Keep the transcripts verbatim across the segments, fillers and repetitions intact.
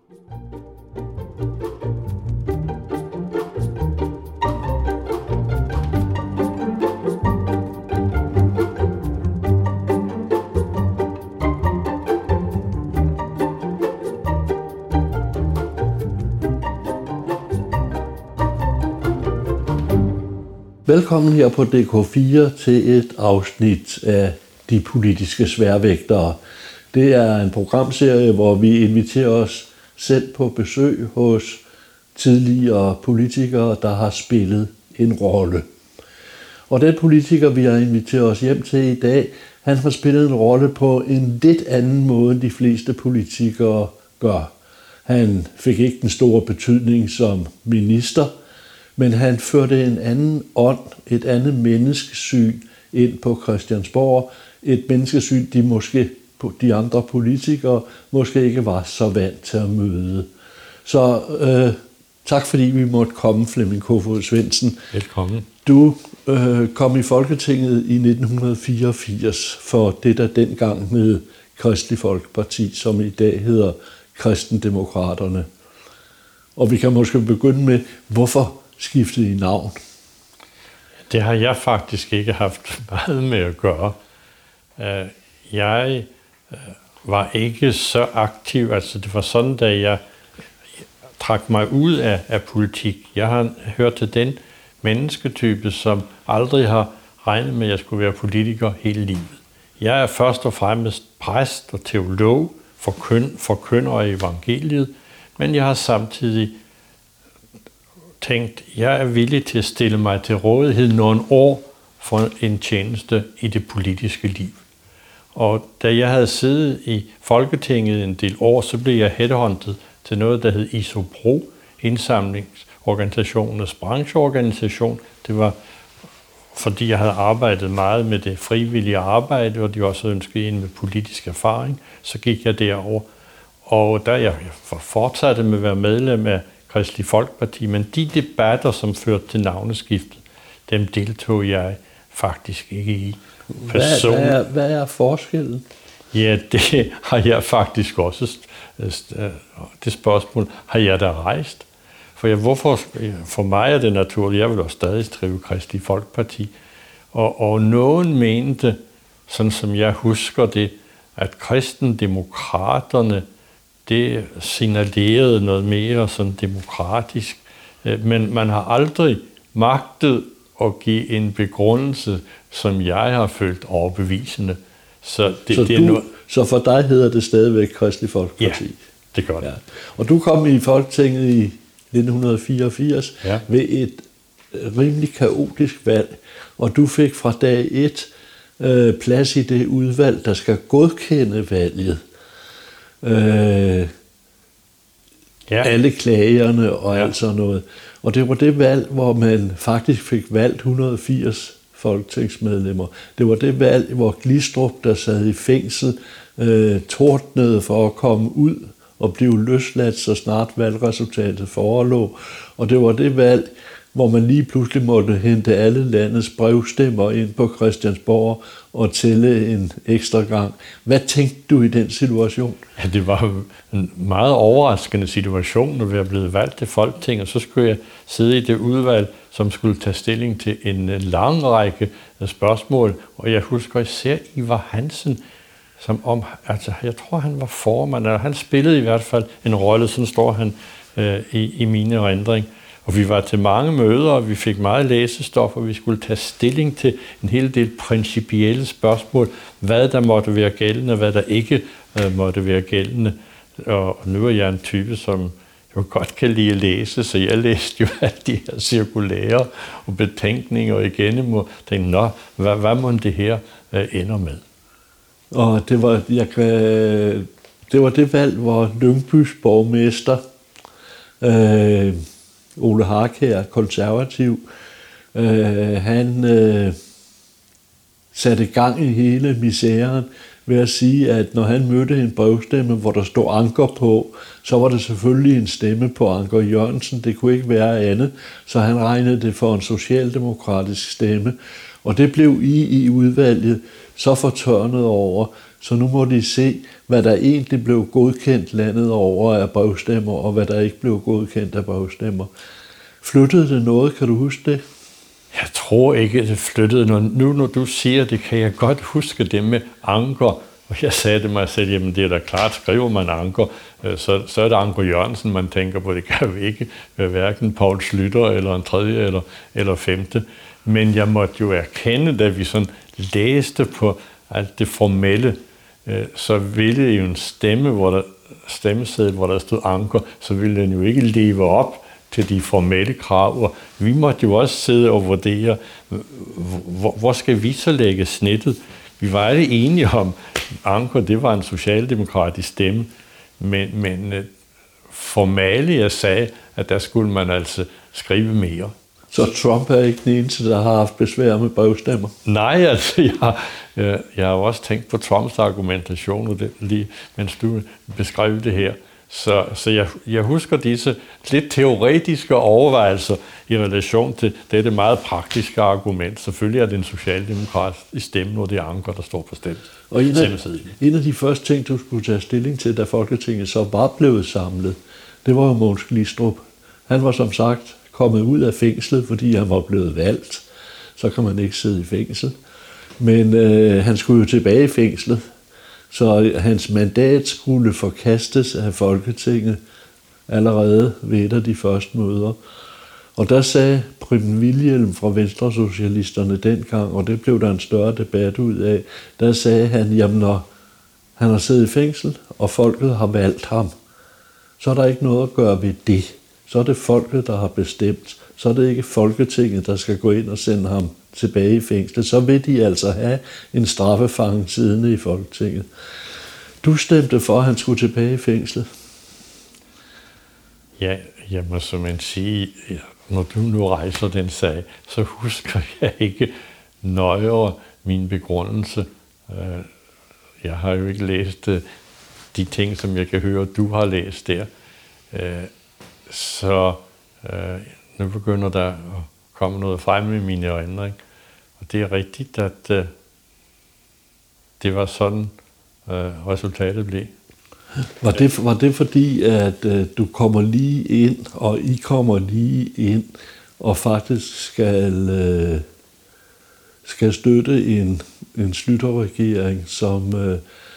Velkommen her på D K fire til et afsnit af De Politiske Sværvægtere. Det er en programserie, hvor vi inviterer os selv på besøg hos tidligere politikere, der har spillet en rolle. Og den politiker, vi har inviteret os hjem til i dag, han har spillet en rolle på en lidt anden måde, end de fleste politikere gør. Han fik ikke den store betydning som minister, men han førte en anden ånd, et andet menneskesyn ind på Christiansborg. Et menneskesyn, de måske de andre politikere måske ikke var så vant til at møde. Så øh, tak fordi vi måtte komme, Flemming Kofod Svendsen. Velkommen. Du øh, kom i Folketinget i nitten fireogfirs for det, der dengang hed Kristelig Folkeparti, som i dag hedder Kristendemokraterne. Og vi kan måske begynde med, hvorfor skiftede I navn? Det har jeg faktisk ikke haft meget med at gøre. Jeg var ikke så aktiv, altså det var sådan, da jeg trak mig ud af, af politik. Jeg har hørt til den mennesketype, som aldrig har regnet med, at jeg skulle være politiker hele livet. Jeg er først og fremmest præst og teolog, forkynd, forkynder af evangeliet, men jeg har samtidig tænkt, jeg er villig til at stille mig til rådighed nogle år for en tjeneste i det politiske liv. Og da jeg havde siddet i Folketinget en del år, så blev jeg headhunted til noget, der hed ISOBRO, indsamlingsorganisationens brancheorganisation. Det var, fordi jeg havde arbejdet meget med det frivillige arbejde, og de også ønskede en med politisk erfaring, så gik jeg derover. Og da jeg fortsatte med at være medlem af Kristelig Folkeparti, men de debatter, som førte til navneskiftet, dem deltog jeg faktisk ikke i. Hvad, hvad, er, hvad er forskellen? Ja, det har jeg faktisk også, det spørgsmål har jeg da rejst. For, jeg, hvorfor, for mig er det naturligt, jeg vil også stadig skrive Kristelig Folkeparti. Og, og nogen mente, sådan som jeg husker det, at kristendemokraterne, det signalerede noget mere sådan demokratisk, men man har aldrig magtet at give en begrundelse, som jeg har følt overbevisende. Så, det, så, det du, er no- så for dig hedder det stadigvæk Kristelig Folkeparti? Ja, det gør det. Ja. Og du kom i Folketinget i nitten fireogfirs ja. ved et rimelig kaotisk valg, og du fik fra dag et øh, plads i det udvalg, der skal godkende valget. Øh, ja. Alle klagerne og ja. alt sådan noget. Og det var det valg, hvor man faktisk fik valgt et hundrede og firs folketingsmedlemmer. Det var det valg, hvor Glistrup, der sad i fængsel, øh, tordnede for at komme ud og blive løsladt, så snart valgresultatet forelå. Og det var det valg, hvor man lige pludselig måtte hente alle landets brevstemmer ind på Christiansborg og tælle en ekstra gang. Hvad tænkte du i den situation? Ja, det var en meget overraskende situation, når vi er blevet valgt til Folketinget, og så skulle jeg sidde i det udvalg, som skulle tage stilling til en lang række spørgsmål, og jeg husker især Ivar Hansen, som om, altså jeg tror han var formand, eller han spillede i hvert fald en rolle, sådan står han øh, i, i mine erindring. Og vi var til mange møder, og vi fik meget læsestof, og vi skulle tage stilling til en hel del principielle spørgsmål, hvad der måtte være gældende, hvad der ikke øh, måtte være gældende. Og, og nu er jeg en type, som jo godt kan lide at læse, så jeg læste jo alle de her cirkulærer og betænkninger igennem, og tænkte, nå, hvad, hvad må det her øh, ender med? Og det var, jeg kan, det var det valg, hvor Lyngbys borgmester, øh, Ole Harkær, konservativ, øh, han øh, satte gang i hele misæren ved at sige, at når han mødte en brevstemme, hvor der stod Anker på, så var det selvfølgelig en stemme på Anker Jørgensen. Det kunne ikke være andet, så han regnede det for en socialdemokratisk stemme. Og det blev I i udvalget så fortørnet over, Så nu må de se, hvad der egentlig blev godkendt landet over af brevstemmer, og hvad der ikke blev godkendt af brevstemmer. Flyttede det noget? Kan du huske det? Jeg tror ikke, det flyttede noget. Nu når du siger det, kan jeg godt huske det med Anker. Og jeg sagde til mig selv, jamen det er da klart, skriver man Anker, så, så er det Anker Jørgensen, man tænker på. Det kan jo ikke være hverken Poul Schlüter eller en tredje eller, eller femte. Men jeg måtte jo erkende, da vi sådan læste på alt det formelle, så ville jo en stemme, hvor der, stemmeseddel, hvor der stod Anker, så ville den jo ikke leve op til de formelle krav. Og vi måtte jo også sidde og vurdere, hvor, hvor skal vi så lægge snittet? Vi var alle enige om, Anker, det var en socialdemokratisk stemme, men, men Formalia sagde, at der skulle man altså skrive mere. Så Trump er ikke den eneste, der har haft besvær med brevstemmer? Nej, altså, jeg, jeg, jeg har også tænkt på Trumps argumentation, og det, lige mens du beskrev det her. Så, så jeg, jeg husker disse lidt teoretiske overvejelser i relation til dette meget praktiske argument. Selvfølgelig er det en socialdemokratisk stemme, når det er Anker, der står på stemt. Og en af, en af de første ting, du skulle tage stilling til, da Folketinget så var blevet samlet, det var jo Mogens Glistrup. Han var som sagt kommet ud af fængslet, fordi han var blevet valgt. Så kan man ikke sidde i fængsel. Men øh, han skulle jo tilbage i fængslet. Så hans mandat skulle forkastes af Folketinget allerede ved et af de første møder. Og der sagde Preben Wilhjelm fra Venstresocialisterne dengang, og det blev der en større debat ud af, der sagde han, jamen når han har siddet i fængsel, og folket har valgt ham, så er der ikke noget at gøre ved det. Så er det folket, der har bestemt. Så er det ikke Folketinget, der skal gå ind og sende ham tilbage i fængslet. Så vil de altså have en straffefange siddende i Folketinget. Du stemte for, at han skulle tilbage i fængslet. Ja, jeg må simpelthen sige, når du nu rejser den sag, så husker jeg ikke nøjere min begrundelse. Jeg har jo ikke læst de ting, som jeg kan høre, du har læst der. Så nu begynder der at komme noget frem i mine øjne. Ikke? Og det er rigtigt, at øh, det var sådan, øh, resultatet blev. Var det, var det fordi, at øh, du kommer lige ind, og I kommer lige ind, og faktisk skal, øh, skal støtte en, en Schlüter-regering, som, øh,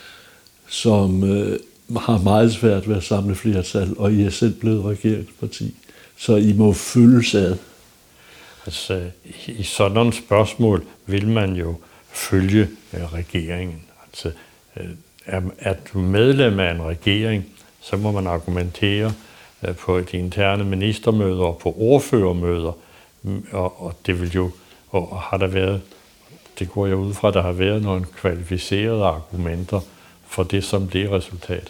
som øh, har meget svært ved at samle flertal, og I er selv blevet regeringsparti. Så I må fyldes ad. Altså, i sådan nogle spørgsmål vil man jo følge uh, regeringen. Altså, uh, er, er du medlem af en regering, så må man argumentere uh, på de interne ministermøder og på ordførermøder. Og, og det vil jo, og har der været, det går jeg ud fra, der har været nogle kvalificerede argumenter for det, som blev resultatet.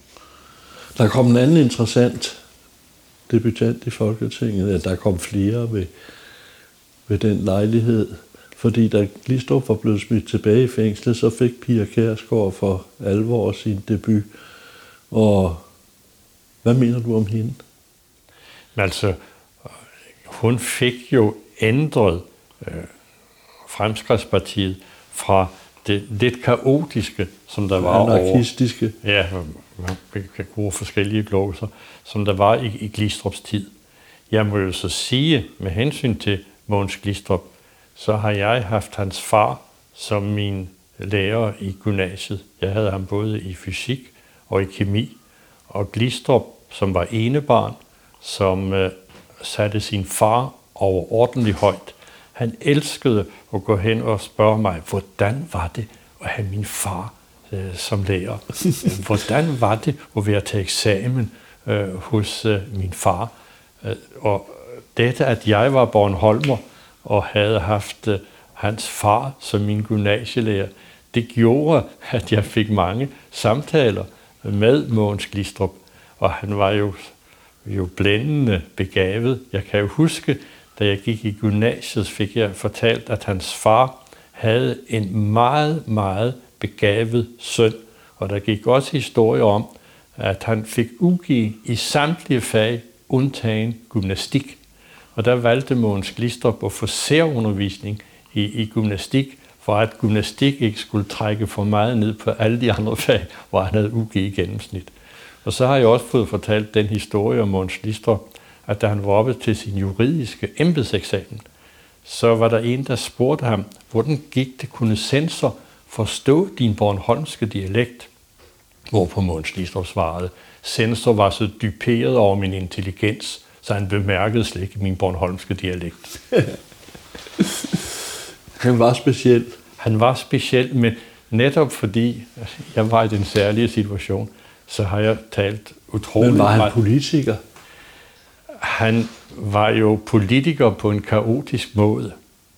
Der kom en anden interessant debutant i Folketinget, at der kom flere ved, ved den lejlighed. Fordi da Glistrup var blevet smidt tilbage i fængslet, så fik Pia Kjærsgaard for alvor sin debut. Og hvad mener du om hende? Altså, hun fik jo ændret øh, Fremskridtspartiet fra det lidt kaotiske, som der var over... Anarkistiske. Ja, man kan bruge forskellige gloser, som der var i, i Glistrups tid. Jeg må jo så sige, med hensyn til Mogens Glistrup, så har jeg haft hans far som min lærer i gymnasiet. Jeg havde ham både i fysik og i kemi. Og Glistrup, som var enebarn, som øh, satte sin far overordentligt højt. Han elskede at gå hen og spørge mig, hvordan var det at have min far øh, som lærer? Hvordan var det at være til eksamen øh, hos øh, min far? Øh, og dette, at jeg var bornholmer og havde haft øh, hans far som min gymnasielærer, det gjorde, at jeg fik mange samtaler med Mogens Glistrup. Og han var jo, jo blændende begavet. Jeg kan jo huske, da jeg gik i gymnasiet, fik jeg fortalt, at hans far havde en meget, meget begavet søn. Og der gik også historie om, at han fik U G i samtlige fag, undtagen gymnastik. Og der valgte Mogens Glistrup at få særundervisning i, i gymnastik, for at gymnastik ikke skulle trække for meget ned på alle de andre fag, hvor han havde U G i gennemsnit. Og så har jeg også fået fortalt den historie om Mogens Glistrup, at da han var oppe til sin juridiske embedseksamen, så var der en, der spurgte ham, hvordan gik det, kunne censor forstå din bornholmske dialekt? Hvorpå Mogens Glistrup svarede, censor var så duperet over min intelligens, så han bemærkede slet ikke min bornholmske dialekt. Han var speciel. Han var speciel, men netop fordi jeg var i den særlige situation, så har jeg talt utroligt. Men var han politiker? Han var jo politiker på en kaotisk måde.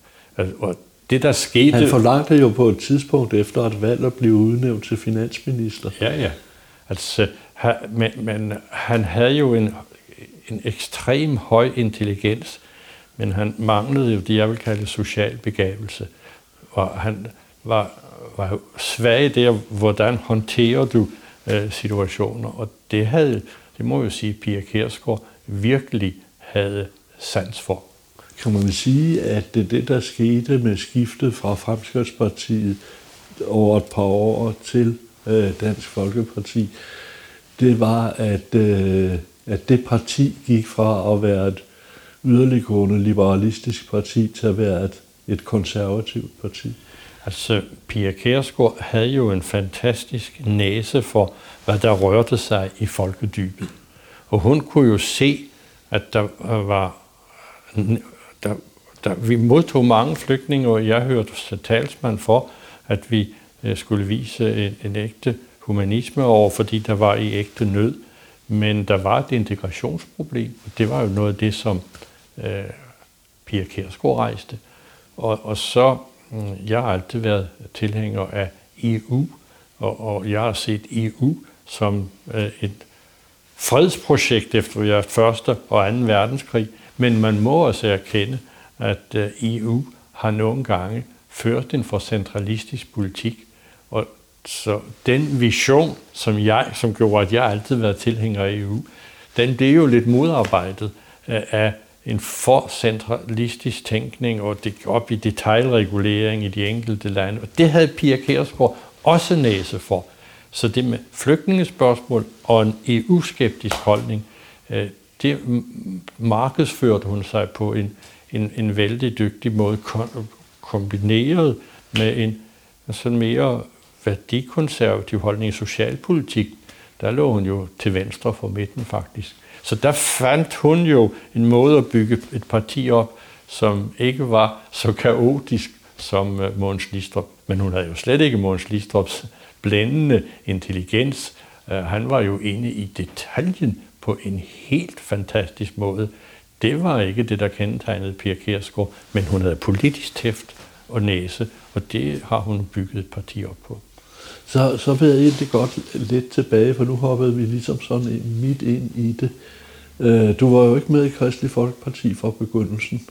Og det, der skete... Han forlangte jo på et tidspunkt efter et valg at blive udnævnt til finansminister. Ja, ja. Altså, han, men, men han havde jo en, en ekstrem høj intelligens, men han manglede jo det, jeg vil kalde social begavelse. Og han var, var svag der, hvordan håndterer du øh, situationer. Og det havde, det må jeg sige, Pia Kjærsgaard virkelig havde sans for. Kan man sige, at det det, der skete med skiftet fra Fremskridtspartiet over et par år til øh, Dansk Folkeparti, det var, at, øh, at det parti gik fra at være et yderliggående liberalistisk parti til at være et, et konservativt parti? Altså, Pia Kjærsgaard havde jo en fantastisk næse for, hvad der rørte sig i folkedybet. Og hun kunne jo se, at der var... Der, der, vi modtog mange flygtninge, og jeg hørte talsmand for, at vi skulle vise en, en ægte humanisme over, fordi der var i ægte nød. Men der var et integrationsproblem, og det var jo noget af det, som øh, Pia Kjærsgaard rejste. Og, og så, jeg har altid været tilhænger af E U, og, og jeg har set E U som øh, et fredsprojekt efter første og anden verdenskrig. Men man må også erkende, at E U har nogle gange ført en for centralistisk politik. Og så den vision, som jeg, som gjorde, at jeg altid har været tilhænger af E U, den blev jo lidt modarbejdet af en for centralistisk tænkning og det op i detailregulering i de enkelte lande. Og det havde Pia Kjærsgaard også næse for. Så det med flygtningespørgsmål og en E U-skeptisk holdning, det markedsførte hun sig på en, en, en vældig dygtig måde, kombineret med en sådan mere værdikonservativ holdning i socialpolitik. Der lå hun jo til venstre for midten faktisk. Så der fandt hun jo en måde at bygge et parti op, som ikke var så kaotisk som Mogens Glistrup. Men hun havde jo slet ikke Mogens Glistrups blændende intelligens. Han var jo inde i detaljen på en helt fantastisk måde. Det var ikke det, der kendetegnede Pia Kjærsgaard, men hun havde politisk tæft og næse, og det har hun bygget et parti op på. Så, så vil jeg egentlig godt lidt tilbage, for nu hoppede vi ligesom sådan midt ind i det. Du var jo ikke med i Kristelig Folkeparti fra begyndelsen.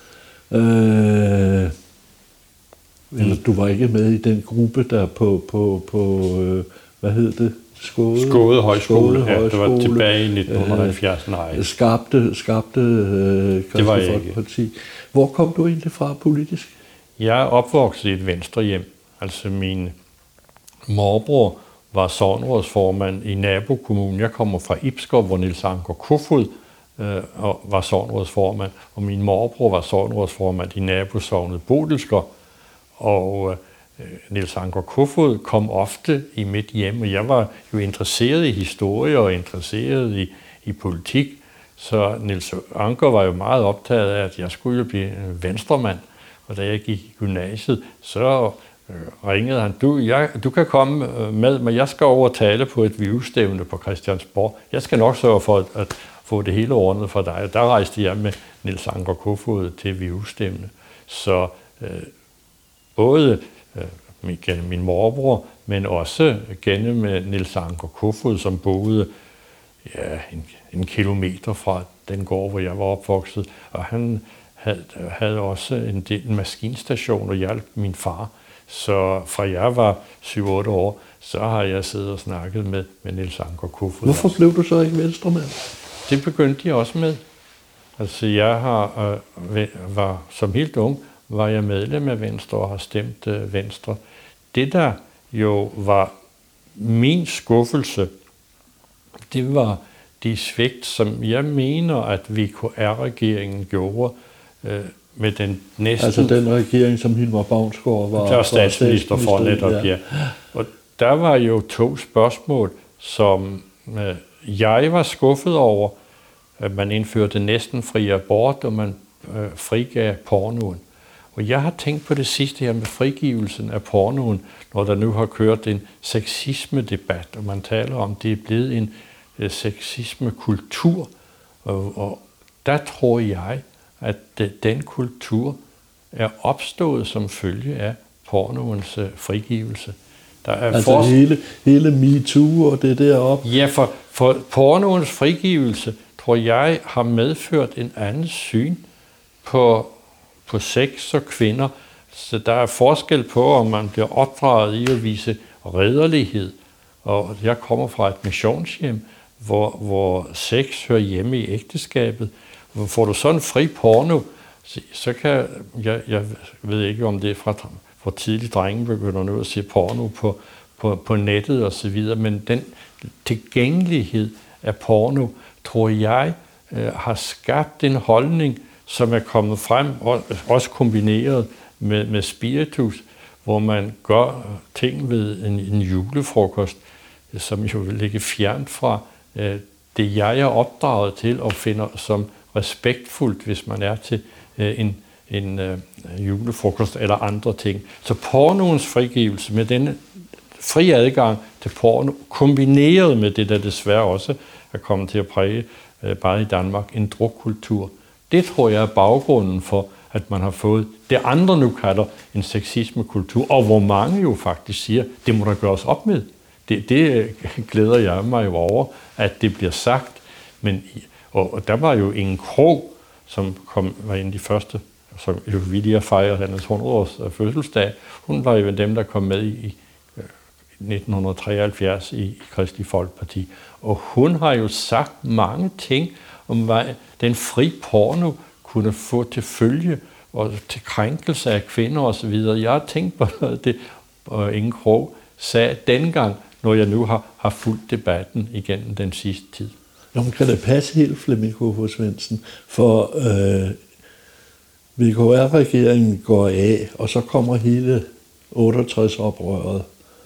Øh, eller du var ikke med i den gruppe, der på, på, på hvad hed det? Skåde, Skåde Højskole, Skåde ja, Højskole, det var tilbage i nitten halvfjerds, nej. Skabte, skabte øh, Kristelig Folkeparti. Ikke. Hvor kom du egentlig fra politisk? Jeg er opvokset i et venstrehjem. Altså min morbror var sognerådsformand i nabokommunen. Jeg kommer fra Ibskov, hvor Niels Anker Kofoed øh, var sognerådsformand, og min morbror var sognerådsformand i nabosognet Bodelsker. Og øh, Niels Anker Kofoed kom ofte i mit hjem, og jeg var jo interesseret i historie og interesseret i, i politik. Så Niels Anker var jo meget optaget af, at jeg skulle jo blive venstremand. Og da jeg gik i gymnasiet, så øh, ringede han, du, jeg, du kan komme med, men jeg skal over tale på et V I U-stævne på Christiansborg. Jeg skal nok sørge for at, at få det hele ordnet for dig. Der rejste jeg med Niels Anker Kofoed til V I U-stævne. Så øh, både øh, gennem min morbror, men også gennem Niels Anker Kofoed, som boede ja, en, en kilometer fra den gård, hvor jeg var opvokset. Og han havde, havde også en, del, en maskinstation og hjalp min far. Så fra jeg var syv otte år, så har jeg siddet og snakket med, med Niels Anker Kofoed. Hvorfor blev du så ikke venstremand? Det begyndte jeg også med. Altså jeg har, øh, var som helt ung, var jeg medlem af Venstre og har stemt øh, Venstre. Det, der jo var min skuffelse, det var de svigt, som jeg mener, at V K R-regeringen gjorde øh, med den næsten... Altså den regering, som Hilmar Baunsgaard var, der var statsminister for netop, ja. ja. Og der var jo to spørgsmål, som øh, jeg var skuffet over. At man indførte næsten fri abort, og man øh, frigav pornoen. Og jeg har tænkt på det sidste her med frigivelsen af pornoen, når der nu har kørt en sexisme-debat, og man taler om, at det er blevet en øh, sexisme-kultur. Og, og der tror jeg, at øh, den kultur er opstået som følge af pornoens øh, frigivelse. Der er altså for... hele, hele MeToo og det deroppe? Ja, for, for pornoens frigivelse, tror jeg, har medført en anden syn på, på sex og kvinder. Så der er forskel på, om man bliver opdraget i at vise rædderlighed. Og jeg kommer fra et missionshjem, hvor, hvor sex hører hjemme i ægteskabet. Hvor får du sådan fri porno, så, så kan jeg, jeg ved ikke, om det er fra, fra tidlig drenge begynder nu at se porno på, på, på nettet og så videre, men den tilgængelighed af porno, tror jeg, øh, har skabt en holdning, som er kommet frem, også kombineret med, med spiritus, hvor man gør ting ved en, en julefrokost, som jo vil ligge fjernt fra øh, det, jeg er opdraget til og finder som respektfuldt, hvis man er til øh, en, en øh, julefrokost eller andre ting. Så pornoens frigivelse med denne fri adgang til porno, kombineret med det, der desværre også er kommet til at præge øh, bare i Danmark, en drukkultur. Det tror jeg er baggrunden for, at man har fået det andre nu kalder en sexismekultur, og hvor mange jo faktisk siger, det må der gøres op med. Det, det glæder jeg mig jo over, at det bliver sagt. Men, og, og der var jo Inge Krogh, som kom, var en af de første, som jo vildt at fejre hans hundrede års fødselsdag. Hun var jo dem, der kom med i nitten treoghalvfjerds i, i Kristelig Folkeparti. Og hun har jo sagt mange ting om, hvad den fri porno kunne få til følge og til krænkelse af kvinder osv. Jeg har tænkt på det, og Inge Krogh sagde dengang, når jeg nu har, har fulgt debatten igennem den sidste tid. Nå, kan det passe helt, Flemming Kofod Svendsen? For øh, V K R-regeringen går af, og så kommer hele otteogtres-oprøret.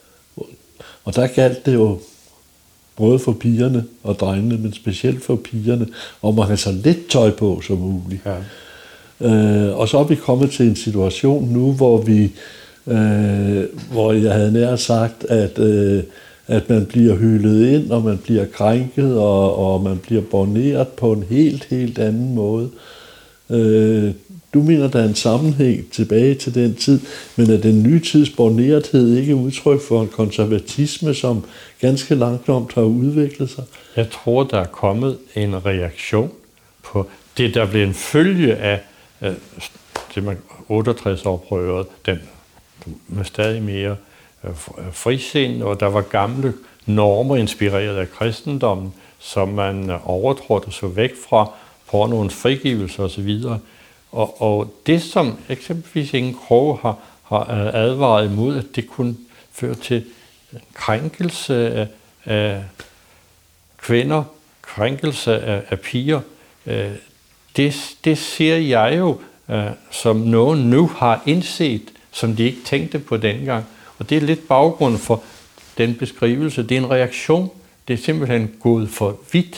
Og der galt det jo både for pigerne og drengene, men specielt for pigerne, om at have så lidt tøj på som muligt. Ja. Øh, og så er vi kommet til en situation nu, hvor vi, øh, hvor jeg havde nær sagt, at, øh, at man bliver hyldet ind, og man bliver krænket, og, og man bliver borneret på en helt, helt anden måde. Øh, du mener, der er en sammenhæng tilbage til den tid, men er den nye tids bornerethed ikke udtryk for en konservatisme, som ganske langsomt har udviklet sig? Jeg tror, der er kommet en reaktion på det, der blev en følge af øh, det man otteogtres-oprøret, den med stadig mere øh, frisind, og der var gamle normer inspireret af kristendommen, som man overtrådte så væk fra pornoens frigivelse osv. Og, og det, som eksempelvis Inge Krogh har, har advaret imod, at det kunne føre til krænkelse af, af kvinder, krænkelse af, af piger, det, det ser jeg jo som nogen nu har indset, som de ikke tænkte på dengang. Og det er lidt baggrund for den beskrivelse. Det er en reaktion. Det er simpelthen gået for vidt.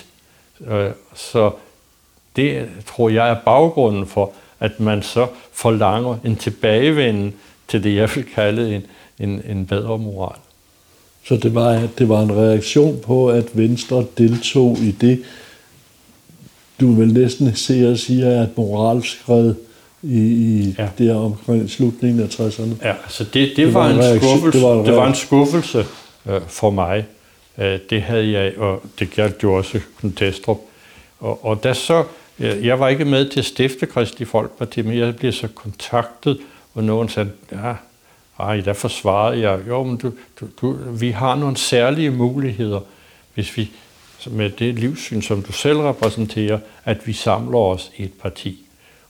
Så det tror jeg er baggrunden for, at man så forlanger en tilbagevenden til det, jeg vil kalde en, en, en bedre moral. Så det var, det var en reaktion på, at Venstre deltog i det, du vil næsten se og sige, at moralskred i, i ja. der omkring slutningen af tresserne. Ja, så det, det, det, var, var en en skuffelse, det, var en det var en skuffelse øh, for mig. Øh, det havde jeg, og det gjaldt jo også Knud Thestrup. Og, og da så, jeg var ikke med til at stifte Kristelig Folkeparti, men jeg blev så kontaktet, og nogen sagde, ja, ej, der forsvarede jeg, jo, men du, du, du, vi har nogle særlige muligheder, hvis vi, med det livssyn, som du selv repræsenterer, at vi samler os i et parti.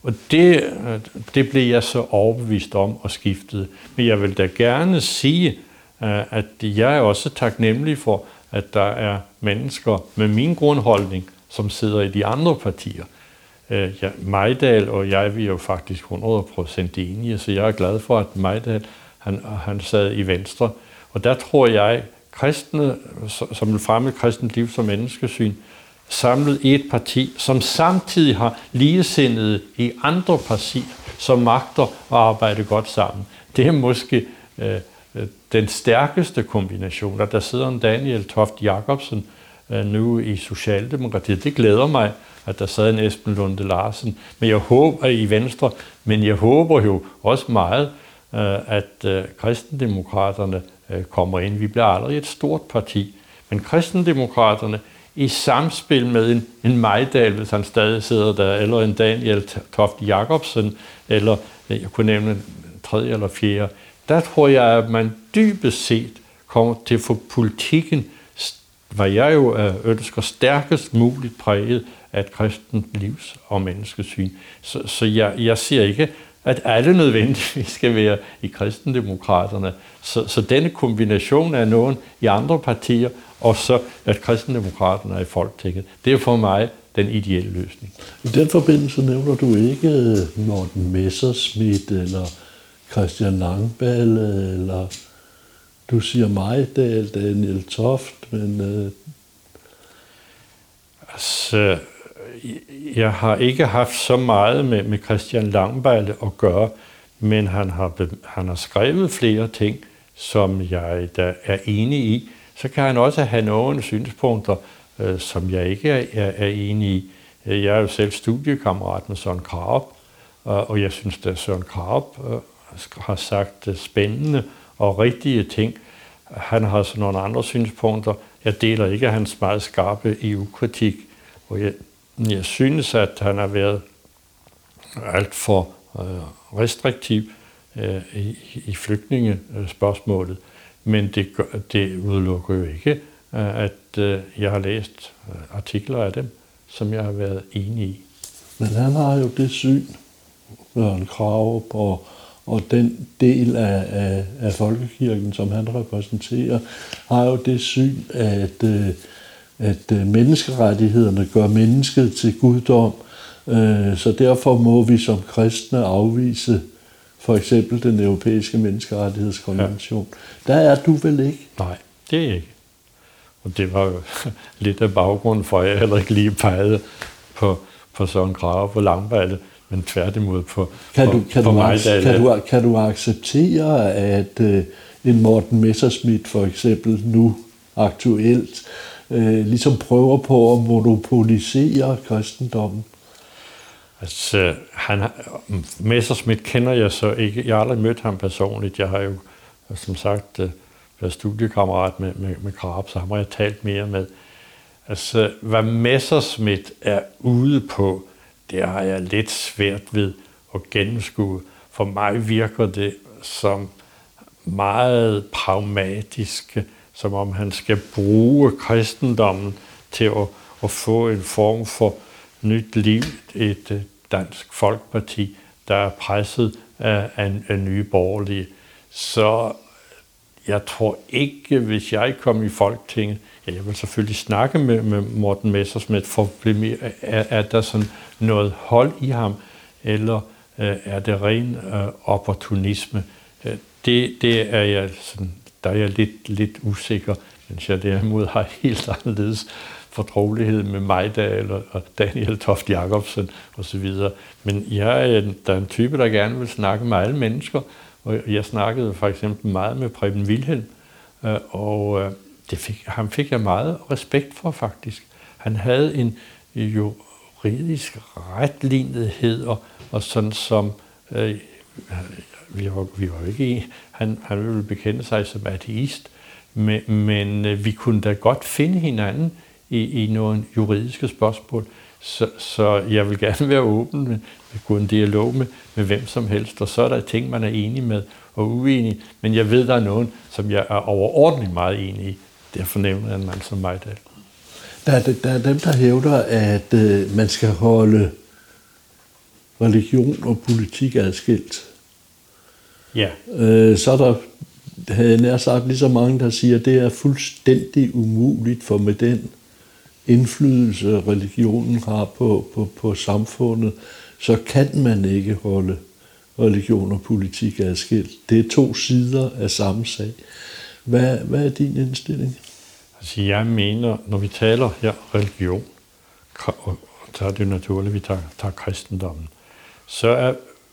Og det, det blev jeg så overbevist om og skiftede. Men jeg vil da gerne sige, at jeg er også taknemmelig for, at der er mennesker med min grundholdning, som sidder i de andre partier. Ja, Mejdal og jeg, vi er jo faktisk hundrede procent enige, så jeg er glad for, at Mejdal, han, han sad i Venstre. Og der tror jeg, kristne, som vil fremme et kristent liv som menneskesyn, samlet i et parti, som samtidig har ligesindede i andre partier, som magter at arbejde godt sammen. Det er måske øh, den stærkeste kombination, at der sidder en Daniel Toft Jakobsen øh, nu i Socialdemokratiet. Det glæder mig, at der sad en Esben Lunde Larsen, men jeg håber i Venstre, men jeg håber jo også meget, øh, at øh, kristendemokraterne øh, kommer ind. Vi bliver aldrig et stort parti, men kristendemokraterne i samspil med en, en Mejdal, hvis han stadig sidder der, eller en Daniel Toft Jakobsen, eller jeg kunne nævne en tredje eller fjerde, der tror jeg, at man dybest set kommer til at få politikken, hvad jeg jo ønsker, stærkest muligt præget af et kristent livs- og menneskesyn. Så, så jeg, jeg siger ikke, at alle nødvendigvis skal være i kristendemokraterne. Så, så denne kombination af nogen i andre partier, og så at kristendemokraterne er i Folketinget, det er for mig den ideelle løsning. I den forbindelse nævner du ikke Morten Messerschmidt eller Christian Langballe, eller du siger Mejdal, Daniel Toft, men... Øh... Altså, jeg har ikke haft så meget med, med Christian Langballe at gøre, men han har, han har skrevet flere ting, som jeg da er enig i. Så kan han også have nogle synspunkter, øh, som jeg ikke er, er, er enig i. Jeg er jo selv studiekammerat med Søren Krarup, og, og jeg synes, at Søren Krarup øh, har sagt spændende og rigtige ting. Han har så nogle andre synspunkter. Jeg deler ikke hans meget skarpe E U-kritik, og jeg, jeg synes, at han har været alt for øh, restriktiv øh, i, i flygtningespørgsmålet. Men det, gør, det udelukker jo ikke, at øh, jeg har læst øh, artikler af dem, som jeg har været enig i. Men han har jo det syn, Søren Krarup, og og den del af, af, af folkekirken, som han repræsenterer, har jo det syn, at, at menneskerettighederne gør mennesket til guddom. Så derfor må vi som kristne afvise for eksempel den europæiske menneskerettighedskonvention. Ja. Der er du vel ikke? Nej, det er jeg ikke. Og det var jo lidt af baggrunden for, at jeg heller ikke lige pegede på, på Søren Krarup og Langballe, men tværtimod på, kan du, kan på du mig. Kan, kan, du, kan du acceptere, at øh, en Morten Messerschmidt for eksempel nu aktuelt øh, ligesom prøver på at monopolisere kristendommen? Altså, han, Messerschmidt kender jeg så ikke. Jeg har aldrig mødt ham personligt. Jeg har jo, som sagt, været studiekammerat med, med, med Krarup, så ham har jeg talt mere med. Altså, hvad Messerschmidt er ude på, det har jeg lidt svært ved at gennemskue. For mig virker det som meget pragmatisk, som om han skal bruge kristendommen til at, at få en form for nyt liv, et dansk folkeparti, der er presset af, af, af nye borgerlige. Så jeg tror ikke, hvis jeg kom i Folketinget, ja, jeg vil selvfølgelig snakke med, med Morten Messerschmidt for at blive mere, er, er der sådan noget hold i ham, eller øh, er det ren øh, opportunisme? Det, det er jeg sådan, der er jeg lidt, lidt usikker, mens jeg derimod har helt anderledes fortrolighed med Mejdal og Daniel Toft Jakobsen osv. Men jeg er, der er en type, der gerne vil snakke med alle mennesker, og jeg snakkede for eksempel meget med Preben Wilhelm, og det fik, ham fik jeg meget respekt for faktisk. Han havde en juridisk retlindighed, og, og sådan som, øh, vi var, vi var ikke i, han, han ville bekende sig som ateist, men, men øh, vi kunne da godt finde hinanden i, i nogle juridiske spørgsmål, så, så jeg vil gerne være åben med, med gå en dialog med, med hvem som helst, og så er der ting, man er enig med og uenig, men jeg ved, der er nogen, som jeg er overordentligt meget enig i. Derfor nævner jeg en mand som Mejdal. Der er, der er dem, der hævder, at øh, man skal holde religion og politik adskilt. Ja. Øh, så er der, havde jeg nær sagt, lige så mange, der siger, at det er fuldstændig umuligt, for med den indflydelse, religionen har på, på, på samfundet, så kan man ikke holde religion og politik adskilt. Det er to sider af samme sag. Hvad, hvad er din indstilling? Altså, jeg mener, når vi taler her religion, og så er det naturligt, at vi tager, tager kristendommen, så er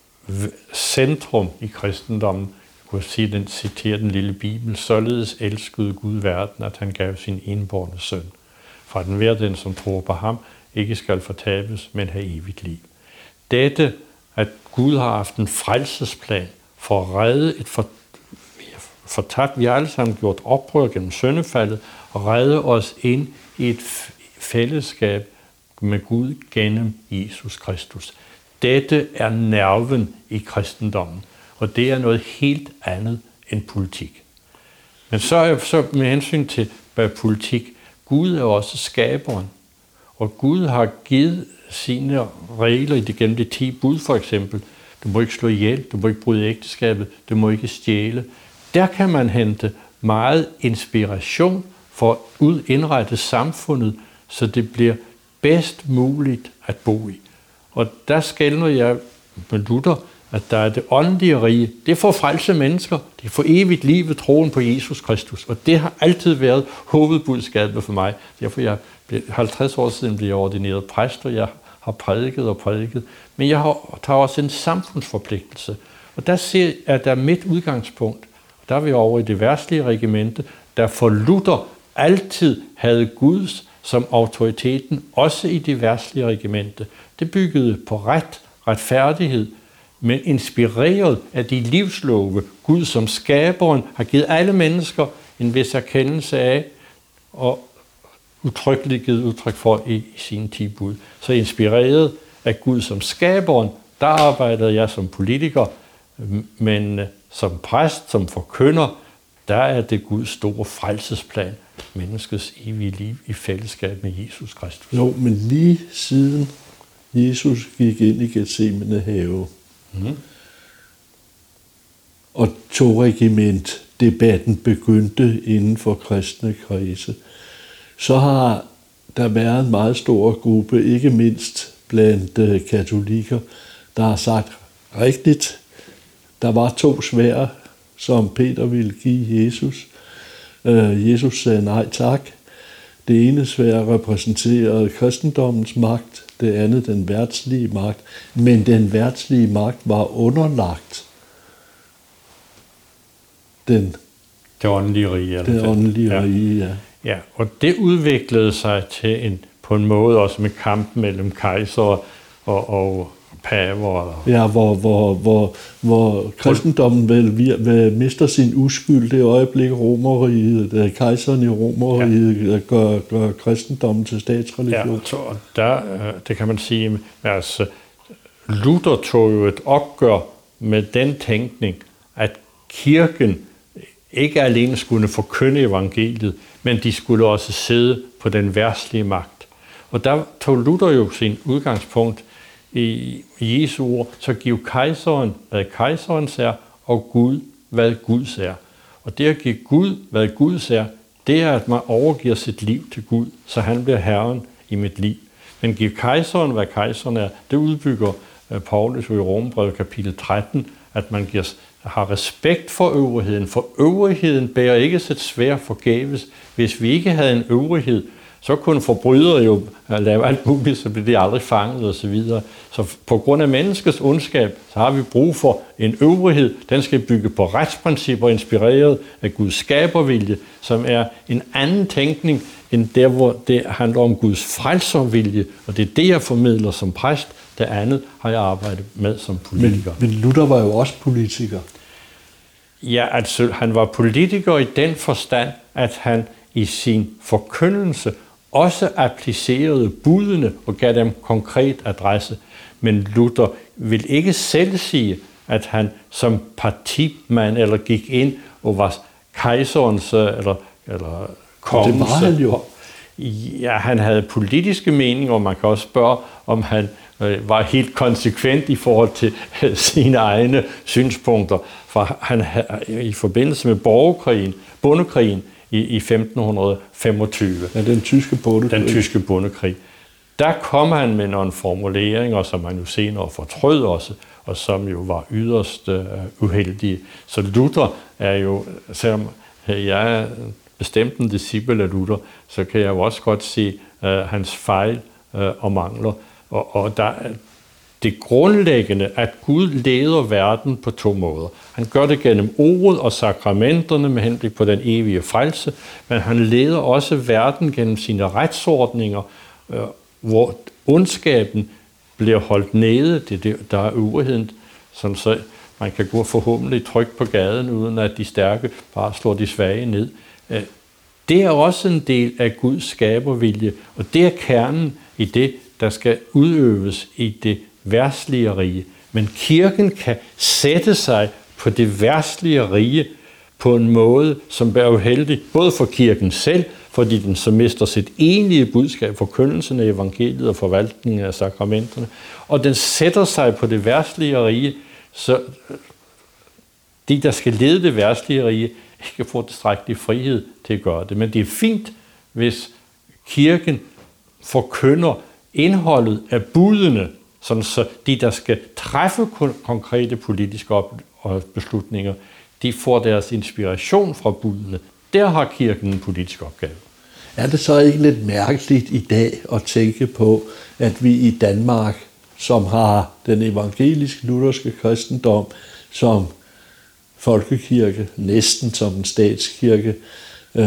centrum i kristendommen, jeg kunne sige, den citerer den lille Bibel, således elskede Gud verden, at han gav sin enbårne søn. For at enhver den, som tror på ham, ikke skal fortabes, men have evigt liv. Dette, at Gud har haft en frelsesplan for at redde et for, fortabt, vi har alle sammen gjort oprør gennem syndefaldet, og redde os ind i et fællesskab med Gud gennem Jesus Kristus. Dette er nerven i kristendommen, og det er noget helt andet end politik. Men så er så med hensyn til hvad politik, Gud er også skaberen, og Gud har givet sine regler i det gennem de ti bud for eksempel. Du må ikke slå ihjel, du må ikke bryde ægteskabet, du må ikke stjæle. Der kan man hente meget inspiration for at udindrette samfundet, så det bliver bedst muligt at bo i. Og der skelner jeg med Luther, at der er det åndelige rige. Det får frelse mennesker. Det får evigt liv ved troen på Jesus Kristus. Og det har altid været hovedbudskabet for mig. Derfor jeg halvtreds år siden blev jeg ordineret præst, og jeg har prædiket og prædiket. Men jeg har, tager også en samfundsforpligtelse. Og der ser jeg, at der er mit udgangspunkt. Der er vi over i det verdslige regimente, der for Luther altid havde Guds som autoriteten, også i det verdslige regimente. Det byggede på ret, retfærdighed, men inspireret af de livslove, Gud som skaberen har givet alle mennesker en vis erkendelse af, og udtrykkeligt givet udtryk for i, i sine ti bud. Så inspireret af Gud som skaberen, der arbejdede jeg som politiker, men som præst, som forkynder, der er det Guds store frelsesplan, menneskets evige liv i fællesskab med Jesus Kristus. Jo, men lige siden Jesus gik ind i Getsemane have, mm. og togregiment-debatten begyndte inden for kristne kredse, så har der været en meget stor gruppe, ikke mindst blandt katolikker, der har sagt rigtigt, der var to sværd, som Peter ville give Jesus. Uh, Jesus sagde nej tak. Det ene sværd repræsenterede kristendommens magt, det andet den verdslige magt, men den verdslige magt var underlagt den det åndelige rige. Det åndelige ja. rige, ja. Ja, og det udviklede sig til en, på en måde også med kampen mellem kejser og, og paver. Ja, hvor, hvor, hvor, hvor kristendommen vel, vel mister sin uskyld det øjeblik Romeriet, kejseren i Romeriet ja. gør, gør kristendommen til statsreligion. Ja, så der, det kan man sige, altså Luther tog jo et opgør med den tænkning, at kirken ikke alene skulle forkynde evangeliet, men de skulle også sidde på den verdslige magt. Og der tog Luther jo sin udgangspunkt i Jesu ord, så giv kejseren, hvad kejserens er, og Gud, hvad Guds er. Og det at give Gud, hvad Guds er, det er, at man overgiver sit liv til Gud, så han bliver herren i mit liv. Men giv kejseren, hvad kejseren er, det udbygger Paulus i Romerbrevet kapitel tretten, at man giver, har respekt for øvrigheden, for øvrigheden bærer ikke sit sværd forgæves. Hvis vi ikke havde en øvrighed, så kunne forbrydere jo lave alt muligt, så blev de aldrig fanget og så videre. Så på grund af menneskets ondskab, så har vi brug for en øvrighed. Den skal bygge på retsprincipper, inspireret af Guds skabervilje, som er en anden tænkning end der, hvor det handler om Guds frelservilje. Og det er det, jeg formidler som præst. Det andet har jeg arbejdet med som politiker. Men, men Luther var jo også politiker. Ja, altså han var politiker i den forstand, at han i sin forkyndelse også applicerede budene og gav dem konkret adresse. Men Luther vil ikke selv sige, at han som partimand eller gik ind og var kejserens eller, eller kongens. Det var han jo. Ja, han havde politiske meninger, og man kan også spørge, om han øh, var helt konsekvent i forhold til øh, sine egne synspunkter. For han i forbindelse med borgerkrigen, bondekrigen i, i femten femogtyve. Ja, den tyske bondekrig. Den tyske bondekrig. Der kom han med nogle formuleringer, som han jo senere fortrød også, og som jo var yderst uh, uheldige. Så Luther er jo, selvom jeg er bestemt en disciple af Luther, så kan jeg jo også godt se uh, hans fejl uh, og mangler. Og, og der er det grundlæggende, at Gud leder verden på to måder. Han gør det gennem ordet og sakramenterne med henblik på den evige frelse, men han leder også verden gennem sine retsordninger, uh, hvor ondskaben bliver holdt nede, det er det, der er øvrigheden, sådan så man kan gå forhåbentlig trygt på gaden, uden at de stærke bare slår de svage ned. Det er også en del af Guds skabervilje, og det er kernen i det, der skal udøves i det verdslige rige. Men kirken kan sætte sig på det verdslige rige på en måde, som er uheldig, både for kirken selv, fordi den så mister sit egentlige budskab, forkyndelsen af evangeliet og forvaltningen af sakramenterne, og den sætter sig på det verdslige rige, så de, der skal lede det verdslige rige, ikke får tilstrækkelig frihed til at gøre det. Men det er fint, hvis kirken forkynder indholdet af budene, sådan så de, der skal træffe konkrete politiske beslutninger, de får deres inspiration fra budene. Der har kirken en politisk opgave. Er det så ikke lidt mærkeligt i dag at tænke på, at vi i Danmark, som har den evangeliske lutherske kristendom som folkekirke, næsten som en statskirke, øh,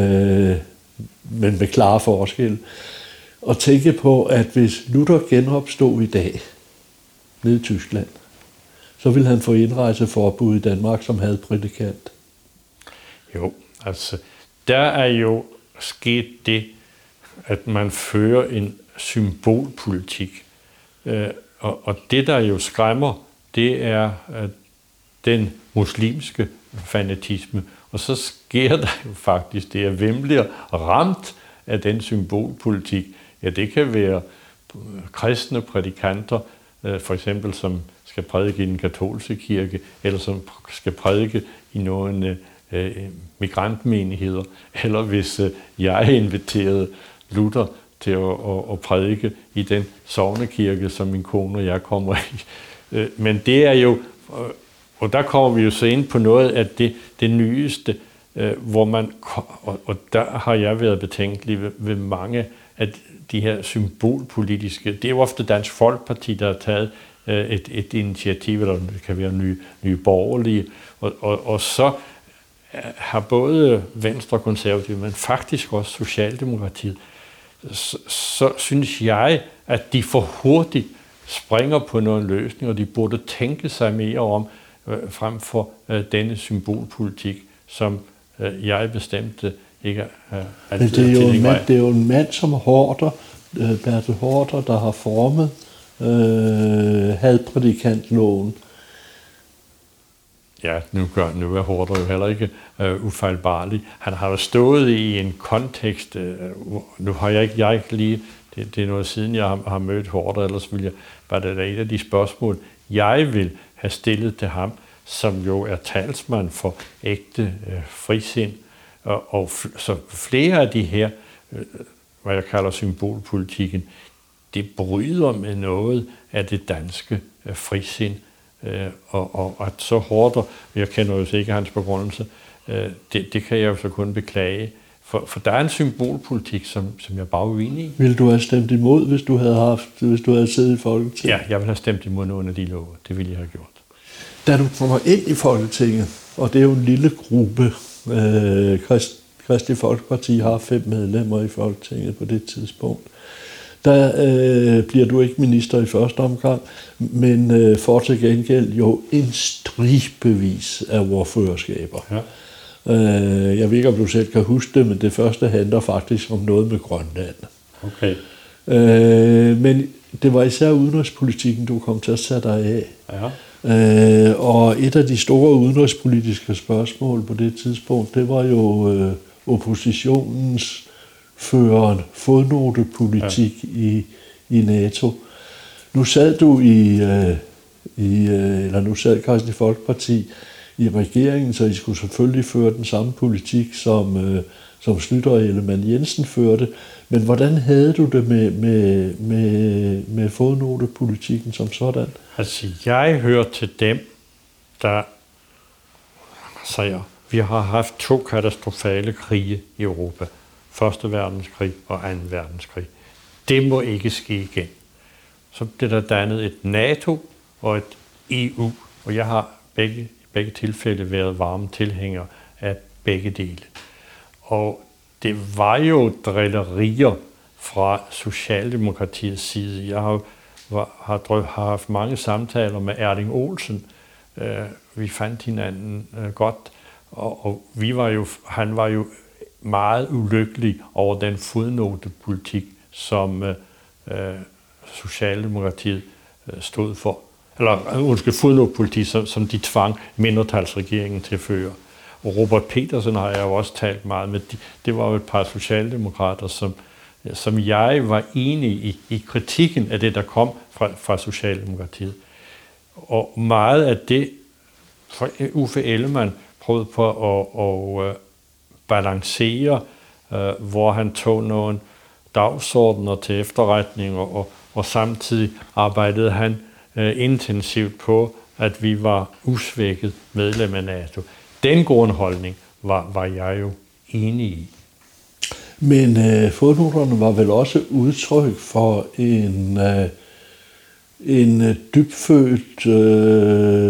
men med klare forskelle, og tænke på, at hvis Luther genopstod i dag nede i Tyskland, så ville han få indrejseforbud i Danmark som hadprædikant. Jo, altså, der er jo sket det, at man fører en symbolpolitik. Øh, og, og det, der jo skræmmer, det er at den muslimske fanatisme. Og så sker der jo faktisk det, at hvem bliver ramt af den symbolpolitik? Ja, det kan være kristne prædikanter, øh, for eksempel som skal prædike i den katolske kirke, eller som skal prædike i nogle øh, migrantmenigheder, eller hvis øh, jeg inviterede Luther til at, at, at prædike i den sognekirke, som min kone og jeg kommer i. Øh, men det er jo, øh, og der kommer vi jo så ind på noget af det, det nyeste, øh, hvor man, og, og der har jeg været betænkelig ved, ved mange af de her symbolpolitiske, det er jo ofte Dansk Folkeparti, der har taget Et, et initiativ, eller det kan være nye, nye borgerlige, og, og, og så har både Venstre og Konservative, men faktisk også Socialdemokratiet, så, så synes jeg, at de for hurtigt springer på nogle løsninger, og de burde tænke sig mere om, øh, frem for øh, denne symbolpolitik, som øh, jeg bestemt ikke er altid. Men det er, jo en mand, det er jo en mand som Horder, øh, Bertel Horder, der har formet Øh, hadprædikantloven. Ja, nu, gør, nu er Horder jo heller ikke øh, ufejlbarlig. Han har jo stået i en kontekst, øh, nu har jeg ikke, jeg ikke lige, det, det er noget siden jeg har, har mødt Horder, ellers vil jeg, var det et af de spørgsmål, jeg vil have stillet til ham, som jo er talsmand for ægte øh, frisind. Og, og f- så flere af de her, øh, hvad jeg kalder symbolpolitikken, det bryder med noget af det danske øh, frisind. Øh, og, og at så Horder, jeg kender jo ikke hans begrundelse, øh, det, det kan jeg jo så kun beklage. For, for der er en symbolpolitik, som, som jeg bare er uenig i. Ville du have stemt imod, hvis du havde haft, hvis du havde siddet i Folketinget? Ja, jeg ville have stemt imod nogle af de love. Det ville jeg have gjort. Da du kommer ind i Folketinget, og det er jo en lille gruppe, øh, Krist, Kristelig Folkeparti har fem medlemmer i Folketinget på det tidspunkt, der øh, bliver du ikke minister i første omgang, men øh, får til gengæld jo en stribevis af ordførerskaber. Ja. Øh, jeg ved ikke, om du selv kan huske det, men det første handler faktisk om noget med Grønland. Okay. Øh, men det var især udenrigspolitikken, du kom til at sætte dig af. Ja. Øh, og et af de store udenrigspolitiske spørgsmål på det tidspunkt, det var jo øh, oppositionens fører en fodnotepolitik ja. i, i NATO. Nu sad du i, øh, i øh, eller nu sad Kristeligt Folkeparti i regeringen, så I skulle selvfølgelig føre den samme politik, som, øh, som Schlüter og Ellemann Jensen førte. Men hvordan havde du det med, med, med, med fodnotepolitikken som sådan? Altså, jeg hører til dem, der siger, vi har haft to katastrofale krige i Europa. Første verdenskrig og anden verdenskrig. Det må ikke ske igen. Så blev der dannet et NATO og et E U, og jeg har begge, i begge tilfælde været varme tilhængere af begge dele. Og det var jo drillerier fra Socialdemokratiets side. Jeg har, var, har, drø, har haft mange samtaler med Erling Olsen. Uh, vi fandt hinanden uh, godt, og, og vi var jo, han var jo meget ulykkelig over den fodnotepolitik, som uh, uh, Socialdemokratiet uh, stod for. Eller undskyld, fodnotepolitik, som, som de tvang mindretalsregeringen til at føre. Og Robert Petersen har jeg jo også talt meget med. Det var jo et par socialdemokrater, som, som jeg var enig i, i kritikken af det, der kom fra, fra Socialdemokratiet. Og meget af det, Uffe Ellemann prøvede på at, at balancere, hvor han tog nogle dagsordner til efterretning, og, og samtidig arbejdede han intensivt på, at vi var usvækket medlem af NATO. Den grundholdning var, var jeg jo enig i. Men øh, fodnoterne var vel også udtryk for en, øh, en dybfølt øh,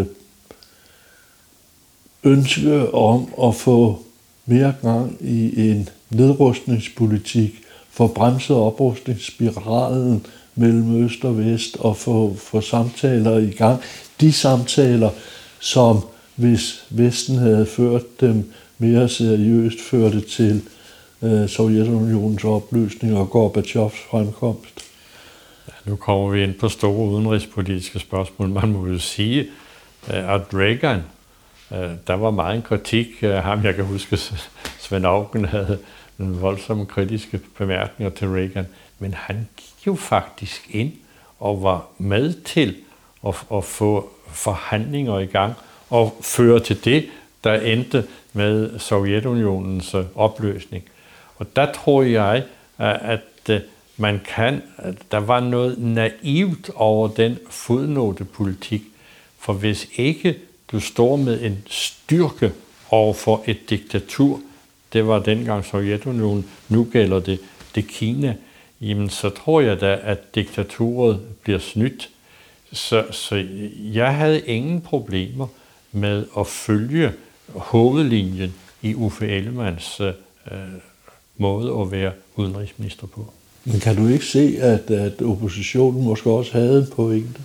ønske om at få mere gang i en nedrustningspolitik, få bremset oprustningsspiralen mellem øst og vest og få, få samtaler i gang. De samtaler, som hvis Vesten havde ført dem mere seriøst, førte til øh, Sovjetunionens opløsning og Gorbatjovs fremkomst. Ja, nu kommer vi ind på store udenrigspolitiske spørgsmål. Man må jo sige, at Reagan, der var meget en kritik af ham. Jeg kan huske, Svend Auken havde en voldsomme kritiske bemærkninger til Reagan, men han gik jo faktisk ind og var med til at, at få forhandlinger i gang og føre til det, der endte med Sovjetunionens opløsning. Og der tror jeg, at man kan, at der var noget naivt over den fodnotepolitik, for hvis ikke du står med en styrke over for et diktatur, det var dengang Sovjetunionen, nu gælder det, det Kina, jamen så tror jeg da, at diktaturet bliver snydt. Så, så jeg havde ingen problemer med at følge hovedlinjen i Uffe Ellemanns øh, måde at være udenrigsminister på. Men kan du ikke se, at, at oppositionen måske også havde en pointe?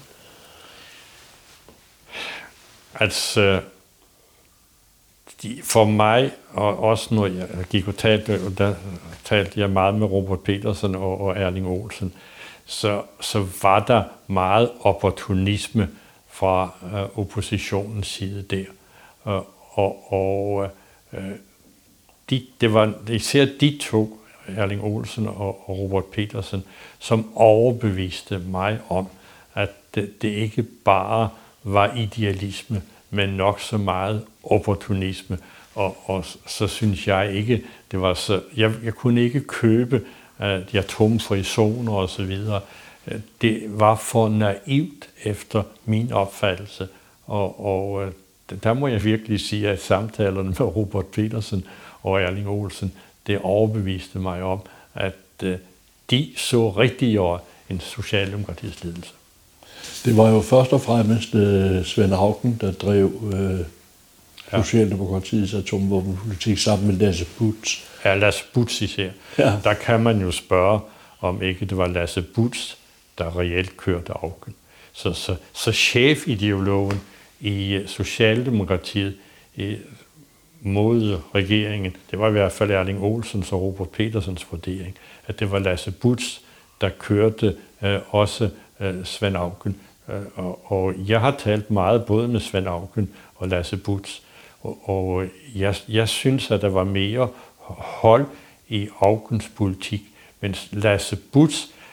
Altså, de, for mig, og også når jeg gik og talte, og der talte jeg meget med Robert Petersen og, og Erling Olsen, så, så var der meget opportunisme fra øh, oppositionens side der. Og, og, og øh, de, det var især de to, Erling Olsen og, og Robert Petersen, som overbeviste mig om, at det, det ikke bare var idealisme, men nok så meget opportunisme. Og, og så synes jeg ikke, det var så, jeg, jeg kunne ikke købe uh, de atomfri zoner og så videre. Det var for naivt efter min opfattelse, og, og uh, der må jeg virkelig sige, at samtalerne med Robert Petersen og Erling Olsen, det overbeviste mig om, at uh, de så rigtig over en socialdemokratisk ledelse. Det var jo først og fremmest uh, Svend Auken, der drev uh, Socialdemokratiets atomvåbenpolitik sammen med Lasse Budtz. Ja, Lasse Budtz især. Ja. Der kan man jo spørge, om ikke det var Lasse Budtz, der reelt kørte Auken. Så, så, så chefideologen i Socialdemokratiet i, mod regeringen, det var i hvert fald Erling Olsens og Robert Petersens vurdering, at det var Lasse Budtz, der kørte øh, også øh, Svend Auken. Øh, og, og jeg har talt meget både med Svend Auken og Lasse Budtz, og, og jeg, jeg synes, at der var mere hold i Aukens politik, mens Lasse Budtz,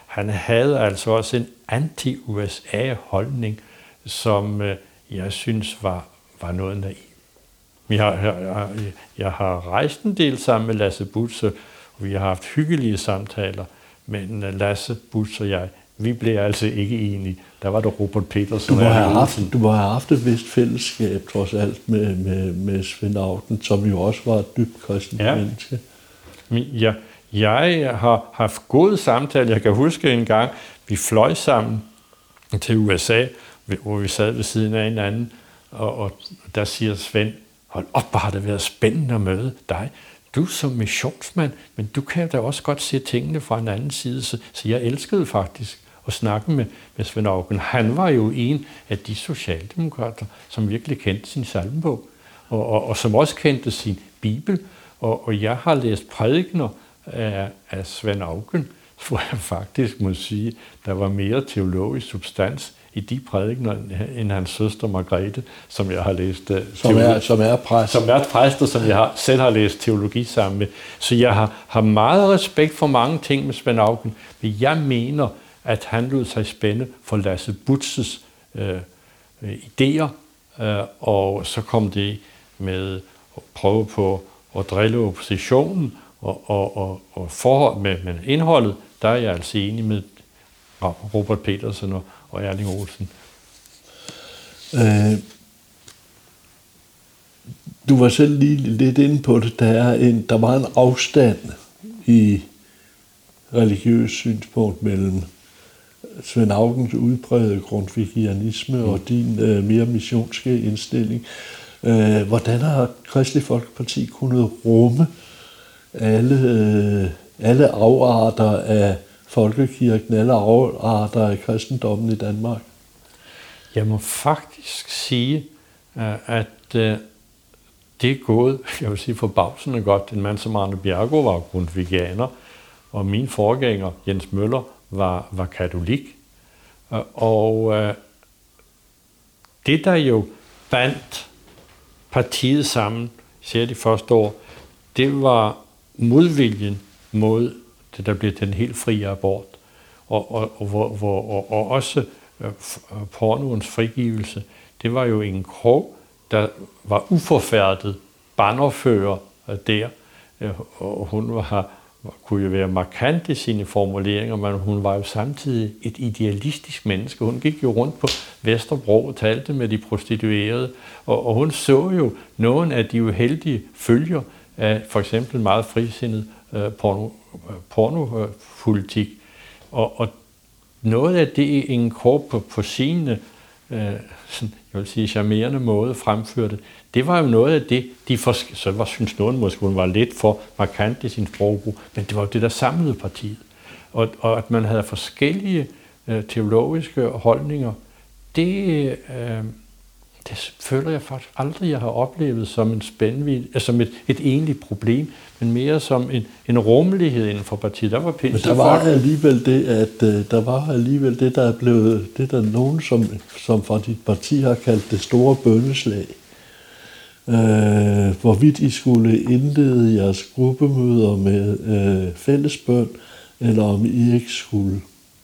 han havde altså også en anti-U S A-holdning, som øh, jeg synes var, var noget naiv. Jeg har, jeg, jeg har rejst en del sammen med Lasse Budtz, og vi har haft hyggelige samtaler, men Lasse Budtz og jeg, vi blev altså ikke enige. Der var det Robert Petersen. Du må have haft, du må have haft et vist fællesskab, trods alt, med, med, med Svend Auken, som jo også var et dybt kristent ja. menneske. Ja, jeg har haft gode samtaler. Jeg kan huske en gang, vi fløj sammen til U S A, hvor vi sad ved siden af hinanden, og, og der siger Svend, hold op, hvor har det været spændende at møde dig. Du som missionsmand, men du kan da også godt se tingene fra en anden side, så, så jeg elskede faktisk at snakke med, med Svend Auken. Han var jo en af de socialdemokrater, som virkelig kendte sin salmebog, og, og, og som også kendte sin bibel, og, og jeg har læst prædikener af, af Svend Auken, hvor jeg faktisk må sige, der var mere teologisk substans i de prædikener, end hans søster Margrethe, som jeg har læst. Som er, som er præst. Som er præst, og som jeg har, selv har læst teologi sammen med. Så jeg har, har meget respekt for mange ting med Svend Auken, men jeg mener, at han lod sig spænde for Lasse Budtz's øh, øh, idéer, øh, og så kom det med at prøve på at drille oppositionen, og, og, og, og forhold med, med indholdet, der er jeg altså enig med Robert Petersen og, og Erling Olsen. Øh, du var selv lige lidt inde på det. Der, er en, der var en afstand i religiøs synspunkt mellem Svend Aukens udprægede grundtvigianisme mm. og din øh, mere missionske indstilling. Øh, hvordan har Kristelig Folkeparti kunnet rumme alle, øh, alle afarter af folkekirken, alle afarter af kristendommen i Danmark? Jeg må faktisk sige, at det er gået, jeg vil sige forbavsende godt. En mand som Arne Bjergård var grundtvigianer, og min forgænger, Jens Møller, var, var katolik. Og det, der jo bandt partiet sammen, især de første år, det var modviljen mod det, der blev den helt frie abort, og, og, og, og, og, og også pornoens frigivelse. Det var jo en krog, der var uforfærdet bannerfører der, og hun var, kunne jo være markant i sine formuleringer, men hun var jo samtidig et idealistisk menneske. Hun gik jo rundt på Vesterbro og talte med de prostituerede, og, og hun så jo nogle af de uheldige følger af for eksempel meget frisindet øh, porno, pornopolitik. Og, og noget af det, en krog på, på sine, øh, sådan, jeg vil sige, charmerende måde fremførte, det var jo noget af det, de for, så var, synes nogen måske, hun var lidt for markant i sin sprogbrug, men det var jo det, der samlede partiet. Og, og at man havde forskellige øh, teologiske holdninger, det, øh, det føler jeg faktisk aldrig, jeg har oplevet som en spændvid, altså som et, et egentligt problem, men mere som en, en rummelighed inden for partiet. Der var men der var alligevel det, at uh, der var alligevel det, der er blevet, det der nogen, som, som fra dit parti har kaldt det store bønneslag. Uh, hvorvidt I skulle indlede jeres gruppemøder med uh, fællesbøn, eller om I ikke skulle.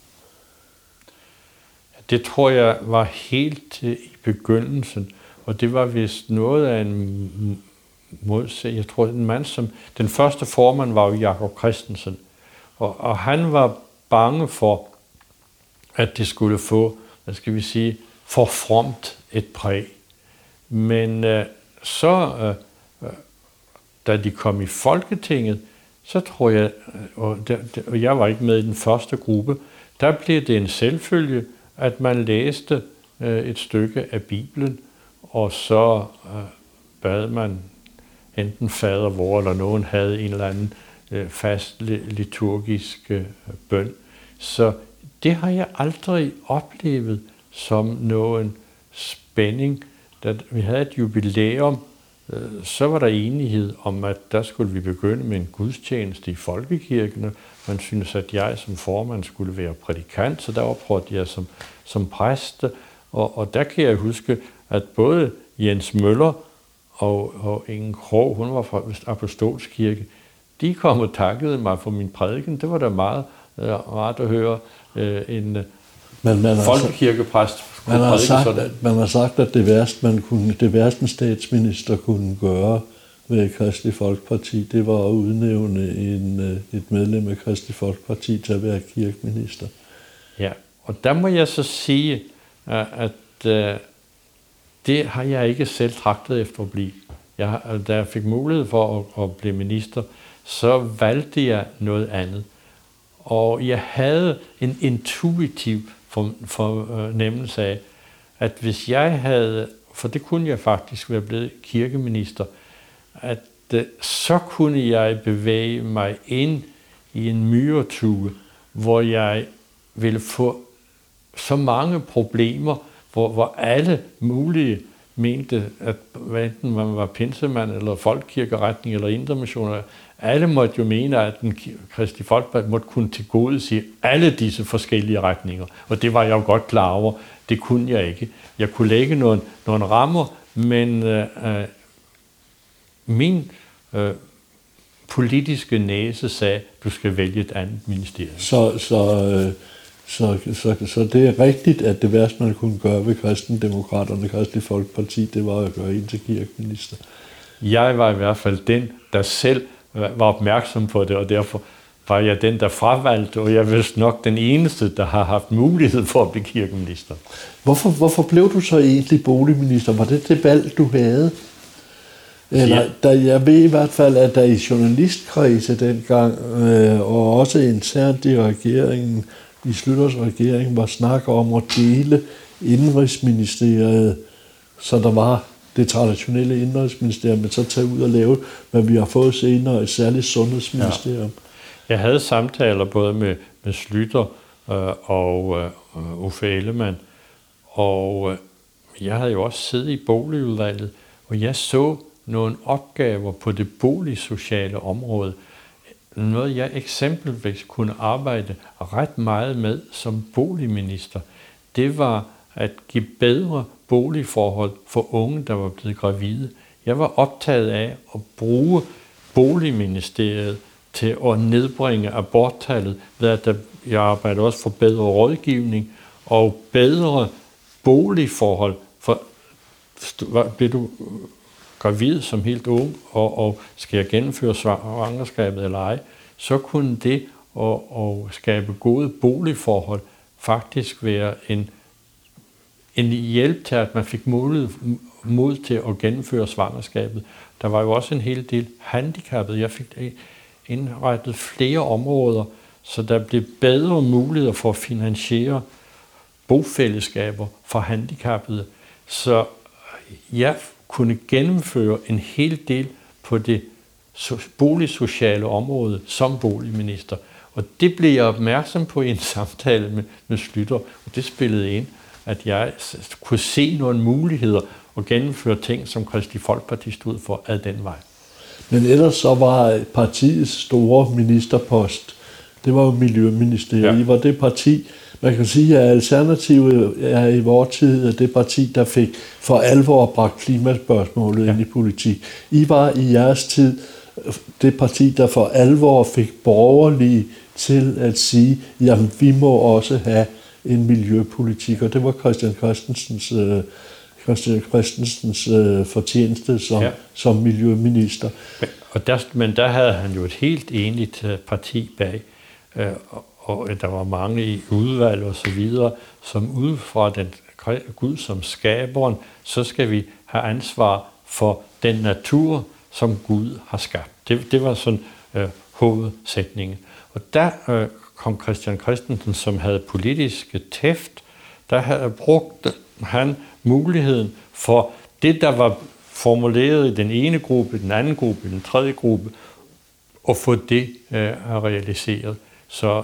Det tror jeg var helt uh, i begyndelsen, og det var vist noget af en modsætning. Jeg tror, en mand som den første formand var jo Jakob Christensen, og, og han var bange for, at det skulle få, hvad skal vi sige, for fromt et præg. Men uh, så, uh, da de kom i Folketinget, så tror jeg, og, der, og jeg var ikke med i den første gruppe, der blev det en selvfølge, at man læste uh, et stykke af Bibelen, og så uh, bad man enten fader vor, eller nogen havde en eller anden uh, fast liturgisk uh, bøn. Så det har jeg aldrig oplevet som nogen spænding. Da vi havde et jubilæum, uh, så var der enighed om, at der skulle vi begynde med en gudstjeneste i folkekirkene. Man synes, at jeg som formand skulle være prædikant, så der oprådte jeg som, som præst. Og, og der kan jeg huske, at både Jens Møller og, og Inge Krog, hun var fra Apostolskirke, de kom og takkede mig for min prædiken. Det var da meget, rart at høre øh, en Men man folkekirkepræst. Man har, sagt, at, man har sagt, at det værste, man kunne, det værste en statsminister kunne gøre ved Kristelig Folkeparti, det var at udnævne en, et medlem af Kristelig Folkeparti til at være kirkeminister. Ja, og der må jeg så sige, at, at det har jeg ikke selv tragtet efter at blive. Jeg, da jeg fik mulighed for at, at blive minister, så valgte jeg noget andet. Og jeg havde en intuitiv fornemmelse af, at hvis jeg havde, for det kunne jeg faktisk være blevet kirkeminister, at så kunne jeg bevæge mig ind i en myretue, hvor jeg ville få så mange problemer, hvor, hvor alle mulige mente, at enten man var pinsemand, eller folkekirkeretning, eller indremissioner, alle måtte jo mene, at den Kristelig Folkeparti måtte kunne tilgodese alle disse forskellige retninger. Og det var jeg jo godt klar over. Det kunne jeg ikke. Jeg kunne lægge nogle, nogle rammer, men øh, min øh, politiske næse sagde, du skal vælge et andet ministerium. Så, så, øh, så, så, så det er rigtigt, at det værste, man kunne gøre ved Kristendemokraterne, Kristelig Folkeparti, det var at gøre en til kirkeminister. Jeg var i hvert fald den, der selv var opmærksom på det, og derfor var jeg den, der fravalgte, og jeg er vist nok den eneste, der har haft mulighed for at blive kirkeminister. Hvorfor, hvorfor blev du så egentlig boligminister? Var det det valg, du havde? Eller, ja. der, jeg ved i hvert fald, at der i journalistkredse dengang, øh, og også internt i regeringen, i Schlüters regering, var snak om at dele Indenrigsministeriet, så der var det traditionelle Indenrigsministerium, men så tage ud og lave, hvad vi har fået senere, et særligt sundhedsministerium. Ja. Jeg havde samtaler både med, med Schlüter øh, og øh, Uffe Ellemann, og øh, jeg havde jo også siddet i boligudvalget, og jeg så nogle opgaver på det boligsociale område. Noget jeg eksempelvis kunne arbejde ret meget med som boligminister, det var at give bedre boligforhold for unge, der var blevet gravide. Jeg var optaget af at bruge boligministeriet til at nedbringe aborttallet, ved at jeg arbejder også for bedre rådgivning og bedre boligforhold. For bliver du gravid som helt ung, og, og skal jeg gennemføre svangerskabet eller ej, så kunne det at, at skabe gode boligforhold faktisk være en, en hjælp til, at man fik mulighed, mod til at gennemføre svangerskabet. Der var jo også en hel del handicappede. Jeg fik indrettet flere områder, så der blev bedre muligheder for at finansiere bofællesskaber for handicappede. Så jeg kunne gennemføre en hel del på det boligsociale område som boligminister. Og det blev jeg opmærksom på i en samtale med, med Schlüter, og det spillede ind, at jeg kunne se nogle muligheder og gennemføre ting, som Kristelig Folkeparti stod for ad den vej. Men ellers så var partiets store ministerpost, det var jo Miljøministeriet. Ja. I var det parti, man kan sige, at Alternativet er i vores tid det parti, der fik for alvor bragt klimaspørgsmålet ja. ind i politik. I var i jeres tid det parti, der for alvor fik borgerlige til at sige, jamen vi må også have en miljøpolitik, og det var Christian Christensens, øh, Christian Christensens øh, fortjeneste som, ja. som miljøminister. Men, og der, men der havde han jo et helt enigt parti bag, øh, og, og der var mange i udvalg og så videre, som ud fra den Gud som skaberen, så skal vi have ansvar for den natur, som Gud har skabt. Det, det var sådan øh, hovedsætningen. Og der øh, kom Christian Christensen, som havde politiske tæft, der havde brugt han muligheden for det, der var formuleret i den ene gruppe, den anden gruppe, den tredje gruppe, at få det øh, realiseret. Så,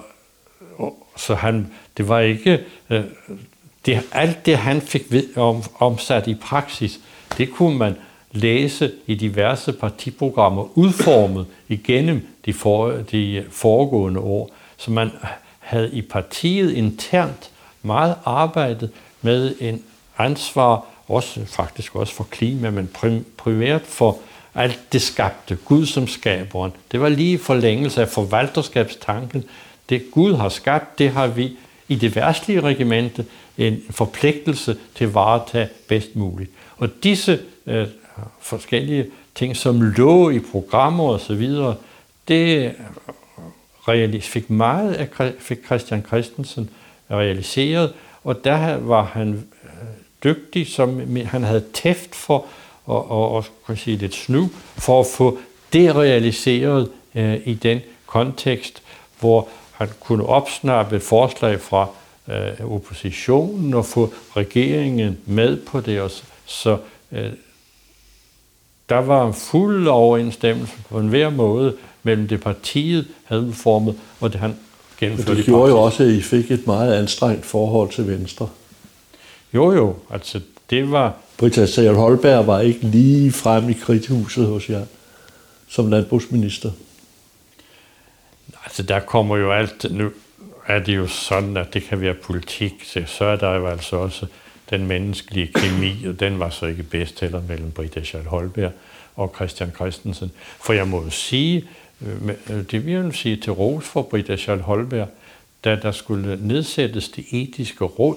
og, så han, det var ikke, øh, det, alt det han fik ved, om, omsat i praksis, det kunne man læse i diverse partiprogrammer, udformet igennem de, for, de foregående år. Så man havde i partiet internt meget arbejdet med en ansvar, også faktisk også for klima, men primært for alt det skabte, Gud som skaberen. Det var lige i forlængelse af forvalterskabstanken, det Gud har skabt, det har vi i det verdslige regimente en forpligtelse til at varetage bedst muligt. Og disse øh, forskellige ting, som lå i programmer og så videre, det fik meget af fik Christian Christensen realiseret, og der var han dygtig, som han havde tæft for, og, og, og kan sige lidt snu, for at få det realiseret øh, i den kontekst, hvor han kunne opsnappe et forslag fra øh, oppositionen og få regeringen med på det. Og så øh, der var en fuld overensstemmelse på enhver måde mellem det partiet havde udformet, og det han gennemførte. Det gjorde jo også, at I fik et meget anstrengt forhold til Venstre. Jo jo, altså det var... Britta Sager Holberg var ikke lige frem i kridthuset hos jer som landbrugsminister. Altså der kommer jo alt... Nu er det jo sådan, at det kan være politik, så er der jo altså også den menneskelige kemi, og den var så ikke bedst heller mellem Britta Sager Holberg og Christian Christensen. For jeg må jo sige, det vil jeg jo sige til ros for Britta Sager Holberg, da der skulle nedsættes det etiske råd,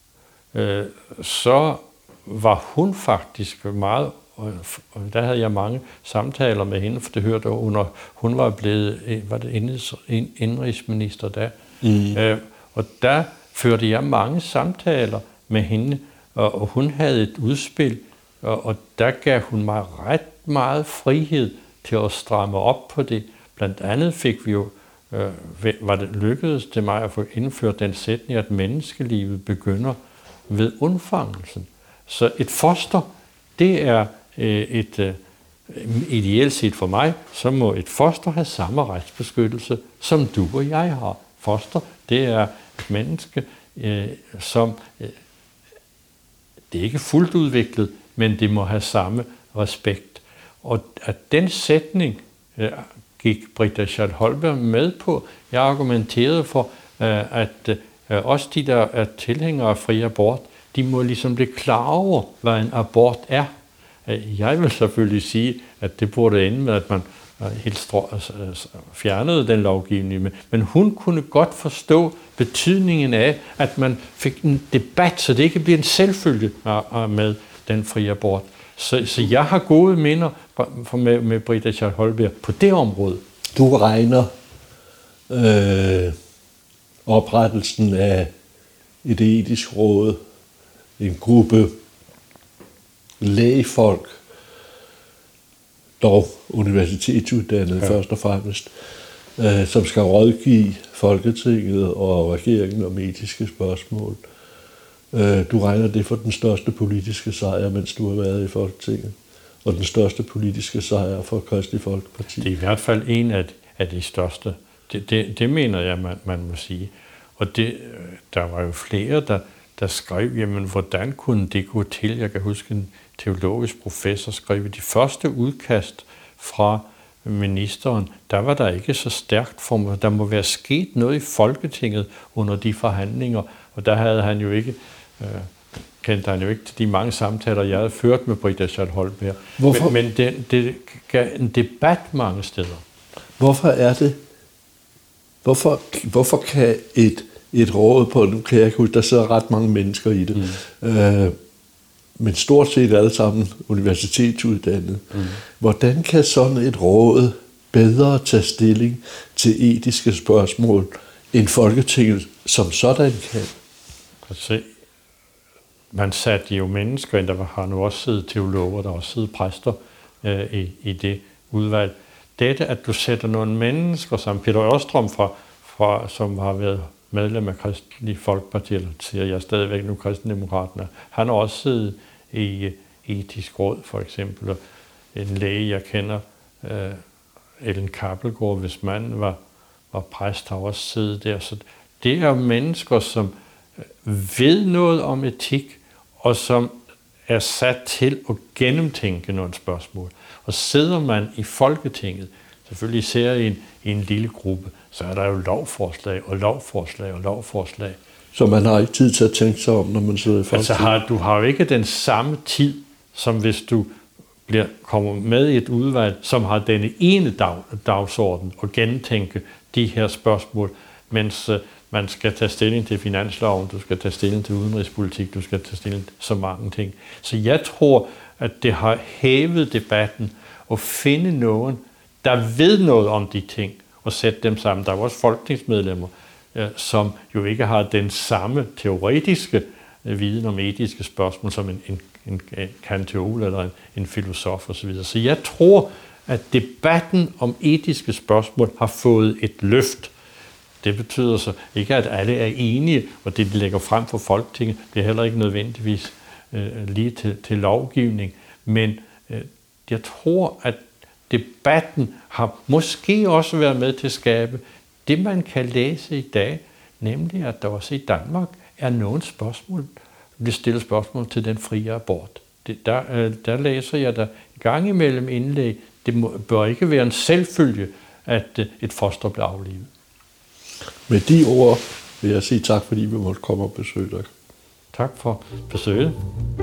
så var hun faktisk meget, og der havde jeg mange samtaler med hende, for det hørte under, hun var blevet, var det indrigsminister da, mm. øh, og der førte jeg mange samtaler med hende, og, og hun havde et udspil, og, og der gav hun mig ret meget frihed til at stramme op på det. Blandt andet fik vi jo, øh, var det lykkedes til mig at få indført den sætning, at menneskelivet begynder ved undfangelsen. Så et foster, det er øh, et øh, ideelt set for mig, så må et foster have samme retsbeskyttelse, som du og jeg har. Foster, det er et menneske, øh, som øh, det er ikke fuldt udviklet, men det må have samme respekt. Og at den sætning øh, gik Britta Sager Holberg med på. Jeg argumenterede for, øh, at øh, også de, der er tilhængere af fri abort, de må ligesom blive klar over, hvad en abort er. Jeg vil selvfølgelig sige, at det burde ende med, at man helt fjernede den lovgivning. Men hun kunne godt forstå betydningen af, at man fik en debat, så det ikke bliver en selvfølge med den fri abort. Så, så jeg har gode minder med, med Britta Sager Holberg på det område. Du regner øh, oprettelsen af et etisk råd, en gruppe lægefolk, dog universitetsuddannede ja. først og fremmest, øh, som skal rådgive Folketinget og regeringen om etiske spørgsmål. Øh, du regner det for den største politiske sejr, mens du har været i Folketinget, og den største politiske sejr for Kristelig Folkeparti. Det er i hvert fald en af de, af de største. Det, det, det mener jeg, man, man må sige. Og det, der var jo flere, der der skrev, jamen, hvordan kunne det gå til? Jeg kan huske, en teologisk professor skrev, de første udkast fra ministeren, der var der ikke så stærkt for mig. Der må være sket noget i Folketinget under de forhandlinger, og der havde han jo ikke, øh, kendte han jo ikke til de mange samtaler, jeg havde ført med Britta Sager Holberg. Hvorfor? Men, men det, det gav en debat mange steder. Hvorfor er det? Hvorfor, hvorfor kan et et råd på, nu kan jeg ikke huske, der sidder ret mange mennesker i det, mm. øh, men stort set alle sammen universitetsuddannede. Mm. Hvordan kan sådan et råd bedre tage stilling til etiske spørgsmål, end Folketinget som sådan kan? Altså, man satte jo mennesker ind, der har nu også siddet teologer, der har også siddet præster øh, i, i det udvalg. Dette, at du sætter nogle mennesker, som Peter Ørstrøm, fra, fra, som har været medlem af Kristelig Folkeparti, eller siger jeg stadigvæk nu Kristendemokraterne, han har også siddet i etisk råd, for eksempel. Og en læge, jeg kender, uh, Ellen Kappelgaard, hvis manden var, var præst, har også siddet der. Så det er mennesker, som ved noget om etik, og som er sat til at gennemtænke nogle spørgsmål. Og sidder man i Folketinget, selvfølgelig især i en, i en lille gruppe, så er der jo lovforslag og lovforslag og lovforslag. Så man har ikke tid til at tænke sig om, når man sidder i Folketinget? Altså har, du har jo ikke den samme tid, som hvis du bliver, kommer med i et udvalg, som har denne ene dag, dagsorden og gentænke de her spørgsmål. mens øh, man skal tage stilling til finansloven, du skal tage stilling til udenrigspolitik, du skal tage stilling til så mange ting. Så jeg tror, at det har hævet debatten at finde nogen, der ved noget om de ting, og sætte dem sammen. Der er også folketingsmedlemmer, øh, som jo ikke har den samme teoretiske øh, viden om etiske spørgsmål, som en, en, en kanteol eller en, en filosof osv. Så jeg tror, at debatten om etiske spørgsmål har fået et løft. Det betyder så ikke, at alle er enige, og det, de lægger frem for Folketinget, det er heller ikke nødvendigvis øh, lige til, til lovgivning. Men øh, jeg tror, at debatten har måske også været med til at skabe det, man kan læse i dag, nemlig at der også i Danmark er nogle spørgsmål, vi stiller spørgsmål til den frie abort. Det, der, øh, der læser jeg der gang imellem indlæg, det må, bør ikke være en selvfølge, at øh, et foster bliver aflivet. Med de ord vil jeg sige tak, fordi vi måtte komme og besøge dig. Tak for besøget.